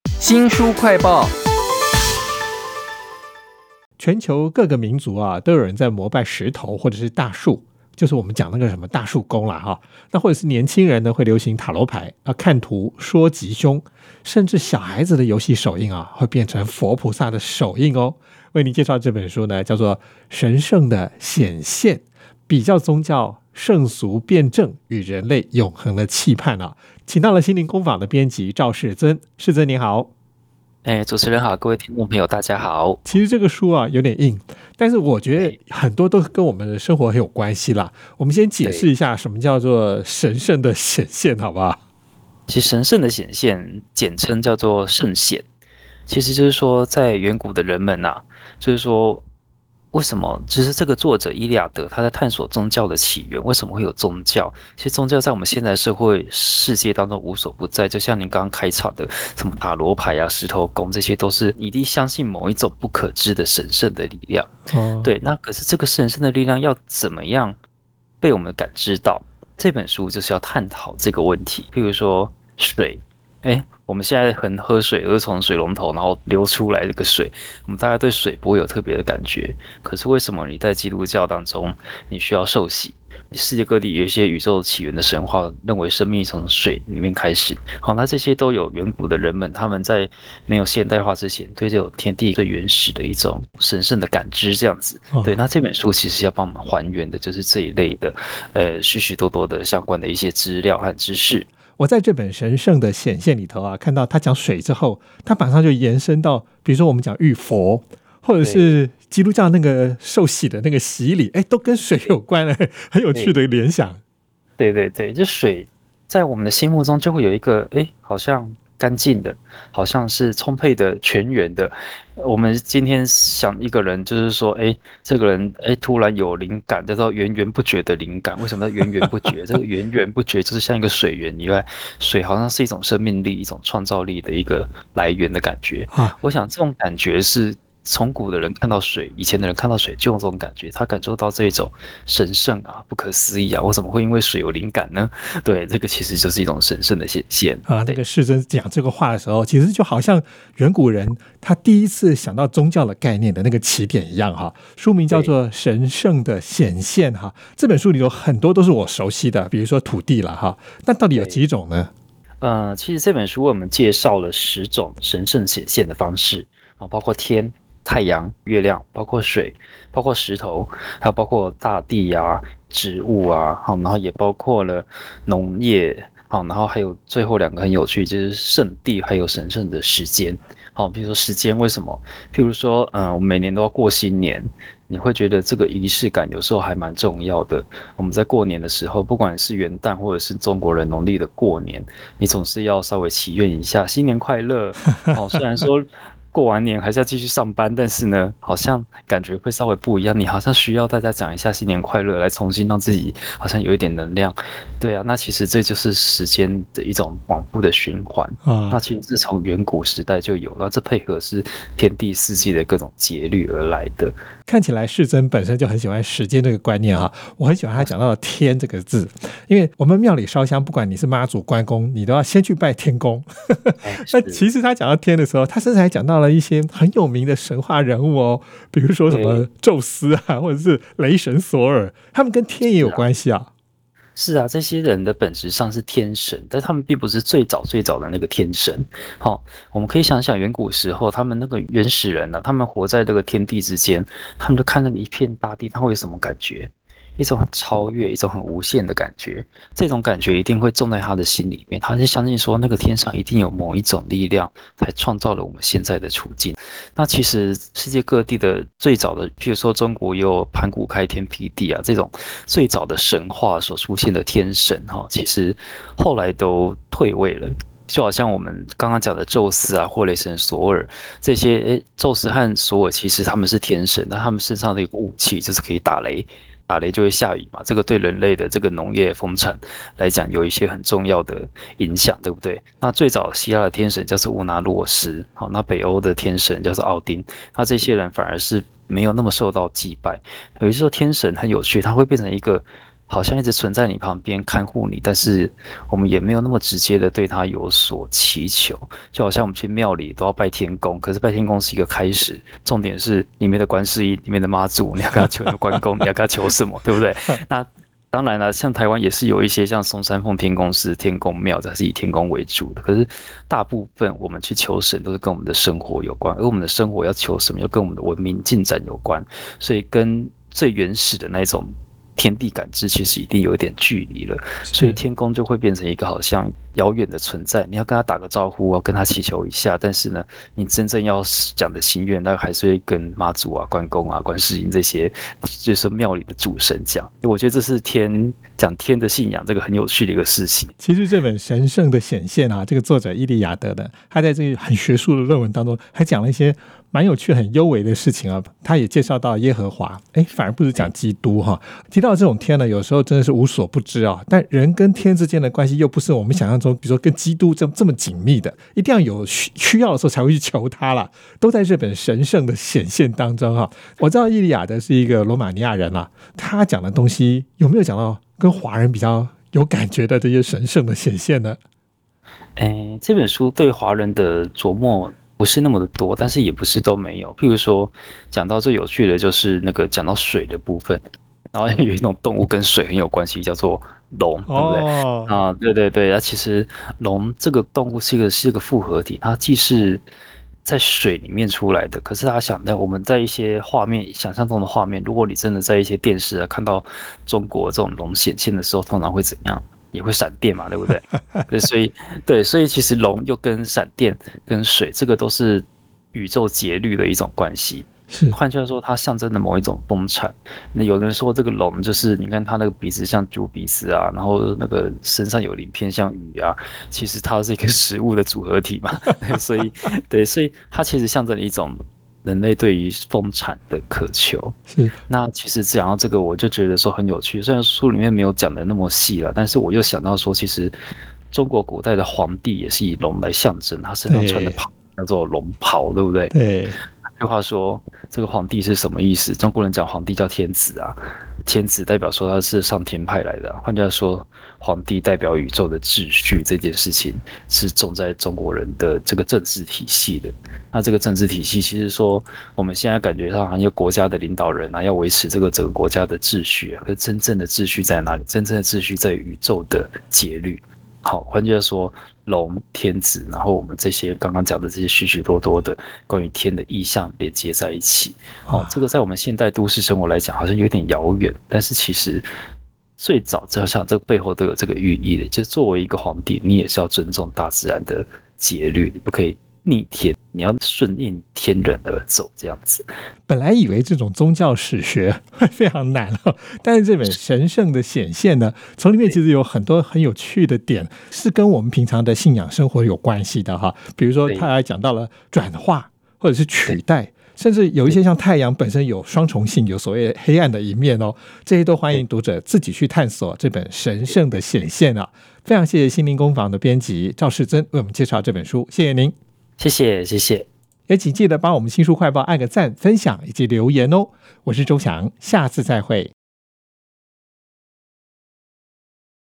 新书快报， 全球各个民族啊，都有人在膜拜石头或者是大树，就是我们讲那个什么大树公啦哈。那或者是年轻人呢会流行塔罗牌啊，看图说吉凶，甚至小孩子的游戏手印啊会变成佛菩萨的手印哦。为您介绍这本书呢，叫做《神圣的显现》，比较宗教圣俗辩证与人类永恒的期盼啊。请到了心灵工坊的编辑赵世尊，世尊您好。 主持人好，各位听众朋友大家好。 其实这个书啊有点硬，但是我觉得很多都跟我们的生活很有关系啦。我们先解释一下什么叫做神圣的显现好不好？ 其实神圣的显现简称叫做圣显，其实就是说在远古的人们啊，就是说为什么就是这个作者伊利亚德他在探索宗教的起源，为什么会有宗教？其实宗教在我们现在社会世界当中无所不在，就像您刚刚开场的什么塔罗牌啊、石头公，这些都是你一定相信某一种不可知的神圣的力量。对，那可是这个神圣的力量要怎么样被我们感知到？这本书就是要探讨这个问题。譬如说水，我们现在喝水都是从水龙头然后流出来这个水，我们大家对水不会有特别的感觉。可是为什么你在基督教当中你需要受洗？世界各地有一些宇宙起源的神话认为生命从水里面开始。好，那这些都有远古的人们他们在没有现代化之前对这种天地最原始的一种神圣的感知这样子。对，那这本书其实要帮我们还原的就是这一类的许许多多的相关的一些资料和知识。 我在这本神圣的显现里头啊，看到他讲水之后，他马上就延伸到，比如说我们讲浴佛，或者是基督教那个受洗的那个洗礼，都跟水有关了，很有趣的联想。 对，就水在我们的心目中就会有一个，好像干净的，好像是充沛的、全员的。我们今天想一个人，就是说，这个人突然有灵感，叫做源源不绝的灵感。为什么叫源源不绝？这个源源不绝就是像一个水源以外，水好像是一种生命力、一种创造力的一个来源的感觉。我想这种感觉是从古的人看到水，以前的人看到水就有这种感觉，他感受到这种神圣啊、不可思议啊。为什么会因为水有灵感呢？对，这个其实就是一种神圣的显现啊。那个世尊讲这个话的时候，其实就好像远古人他第一次想到宗教的概念的那个起点一样哈。书名叫做《神圣的显现》哈。这本书里有很多都是我熟悉的，比如说土地啦哈。那到底有几种呢？ 其实这本书为我们介绍了10种神圣显现的方式啊，包括天、太阳、月亮，包括水，包括石头，还有包括大地啊、植物啊，然后也包括了农业，然后还有最后2个很有趣，就是圣地还有神圣的时间。比如说时间为什么？譬如说，我们每年都要过新年，你会觉得这个仪式感有时候还蛮重要的。我们在过年的时候，不管是元旦或者是中国人农历的过年，你总是要稍微祈愿一下新年快乐。虽然说过完年还是要继续上班，但是呢，好像感觉会稍微不一样。你好像需要大家讲一下新年快乐，来重新让自己好像有一点能量。对啊，那其实这就是时间的一种往复的循环。那其实是从远古时代就有了，这配合是天地四季的各种节律而来的。 看起来世尊本身就很喜欢时间这个观念啊，我很喜欢他讲到的天这个字，因为我们庙里烧香，不管你是妈祖、关公，你都要先去拜天公。那其实他讲到天的时候，他甚至还讲到了一些很有名的神话人物哦，比如说什么宙斯啊，或者是雷神索尔，他们跟天也有关系啊。 是啊，这些人的本质上是天神，但他们并不是最早的那个天神。我们可以想想远古时候，他们那个原始人他们活在这个天地之间，他们就看那一片大地，他会有什么感觉？一种很超越、一种很无限的感觉。这种感觉一定会种在他的心里面，他是相信说那个天上一定有某一种力量才创造了我们现在的处境。那其实世界各地的最早的，譬如说中国有盘古开天辟地啊，这种最早的神话所出现的天神其实后来都退位了。就好像我们刚刚讲的宙斯啊或雷神索尔这些，宙斯和索尔其实他们是天神，但他们身上的一个武器就是可以打雷，打雷就会下雨嘛，这个对人类的这个农业丰产来讲有一些很重要的影响，对不对？那最早希腊的天神叫做乌拿洛斯，那北欧的天神叫做奥丁，那这些人反而是没有那么受到祭拜。有些时候天神很有趣，他会变成一个好像一直存在你旁边看护你，但是我们也没有那么直接的对他有所祈求，就好像我们去庙里都要拜天公，可是拜天公是一个开始，重点是里面的观世音、里面的妈祖，你要跟他求关公，你要跟他求什么，对不对？那当然了，像台湾也是有一些像松山凤天宫是天公庙，它是以天公为主的。可是大部分我们去求神都是跟我们的生活有关，而我们的生活要求什么，又跟我们的文明进展有关，所以跟最原始的那种天地感知其实一定有一点距离了，所以天公就会变成一个好像遥远的存在，你要跟他打个招呼，要跟他祈求一下，但是呢，你真正要讲的心愿，那还是会跟妈祖啊、关公啊、观世音这些，就是庙里的主神讲。我觉得这是讲天的信仰，这个很有趣的一个事情。 其实这本《神圣的显现》啊，这个作者伊利亚德的，他在这个很学术的论文当中，还讲了一些蛮有趣、很幽微的事情啊。他也介绍到耶和华，反而不是讲基督哈。提到这种天呢，有时候真的是无所不知啊。但人跟天之间的关系，又不是我们想象中，比如说跟基督这么紧密的，一定要有需要的时候才会去求他啦。都在这本《神圣的显现》当中哈。我知道伊利亚德是一个罗马尼亚人啦，他讲的东西有没有讲到跟华人比较有感觉的这些神圣的显现呢？ 这本书对华人的琢磨不是那么的多，但是也不是都没有。譬如说，讲到最有趣的就是那个讲到水的部分，然后有一种动物跟水很有关系，叫做龙，对不对？对对对，其实龙这个动物是一个复合体，它既是在水里面出来的，可是大家想到我们在一些画面想象中的画面，如果你真的在一些电视啊看到中国这种龙显现的时候，通常会怎样？也会闪电嘛，对不对？所以其实龙又跟闪电跟水，这个都是宇宙节律的一种关系。换句话说，它象征的某一种丰产。那有人说这个龙就是你看它那个鼻子像猪鼻子啊，然后那个身上有鳞片像鱼啊，其实它是一个食物的组合体嘛。所以它其实象征了一种人类对于丰产的渴求。那其实讲到这个，我就觉得说很有趣。虽然书里面没有讲的那么细了，但是我又想到说，其实中国古代的皇帝也是以龙来象征，他身上穿的袍叫做龙袍，对不对？ 对。 这话说，这个皇帝是什么意思？中国人讲皇帝叫天子啊，天子代表说他是上天派来的。换句话说，皇帝代表宇宙的秩序，这件事情是种在中国人的这个政治体系的。那这个政治体系，其实说我们现在感觉上好像国家的领导人啊，要维持这个整个国家的秩序啊，可是真正的秩序在哪里？真正的秩序在宇宙的节律。好，换句话说，龙、天子，然后我们这些刚刚讲的这些许许多多的关于天的意象连接在一起。这个在我们现代都市生活来讲，好像有点遥远，但是其实最早就像这个背后都有这个寓意的，就是作为一个皇帝，你也是要尊重大自然的节律，你不可以逆天，你要顺应天人而走，这样子。 本来以为这种宗教史学会非常难但是这本《神圣的显现》呢，从里面其实有很多很有趣的点，是跟我们平常的信仰生活有关系的哈。比如说，他还讲到了转化或者是取代，甚至有一些像太阳本身有双重性，有所谓黑暗的一面这些都欢迎读者自己去探索这本《神圣的显现》啊。非常谢谢心灵工坊的编辑赵世珍为我们介绍这本书，谢谢您。 谢谢， 也请记得帮我们新书快报按个赞、分享以及留言哦。我是周翔，下次再会。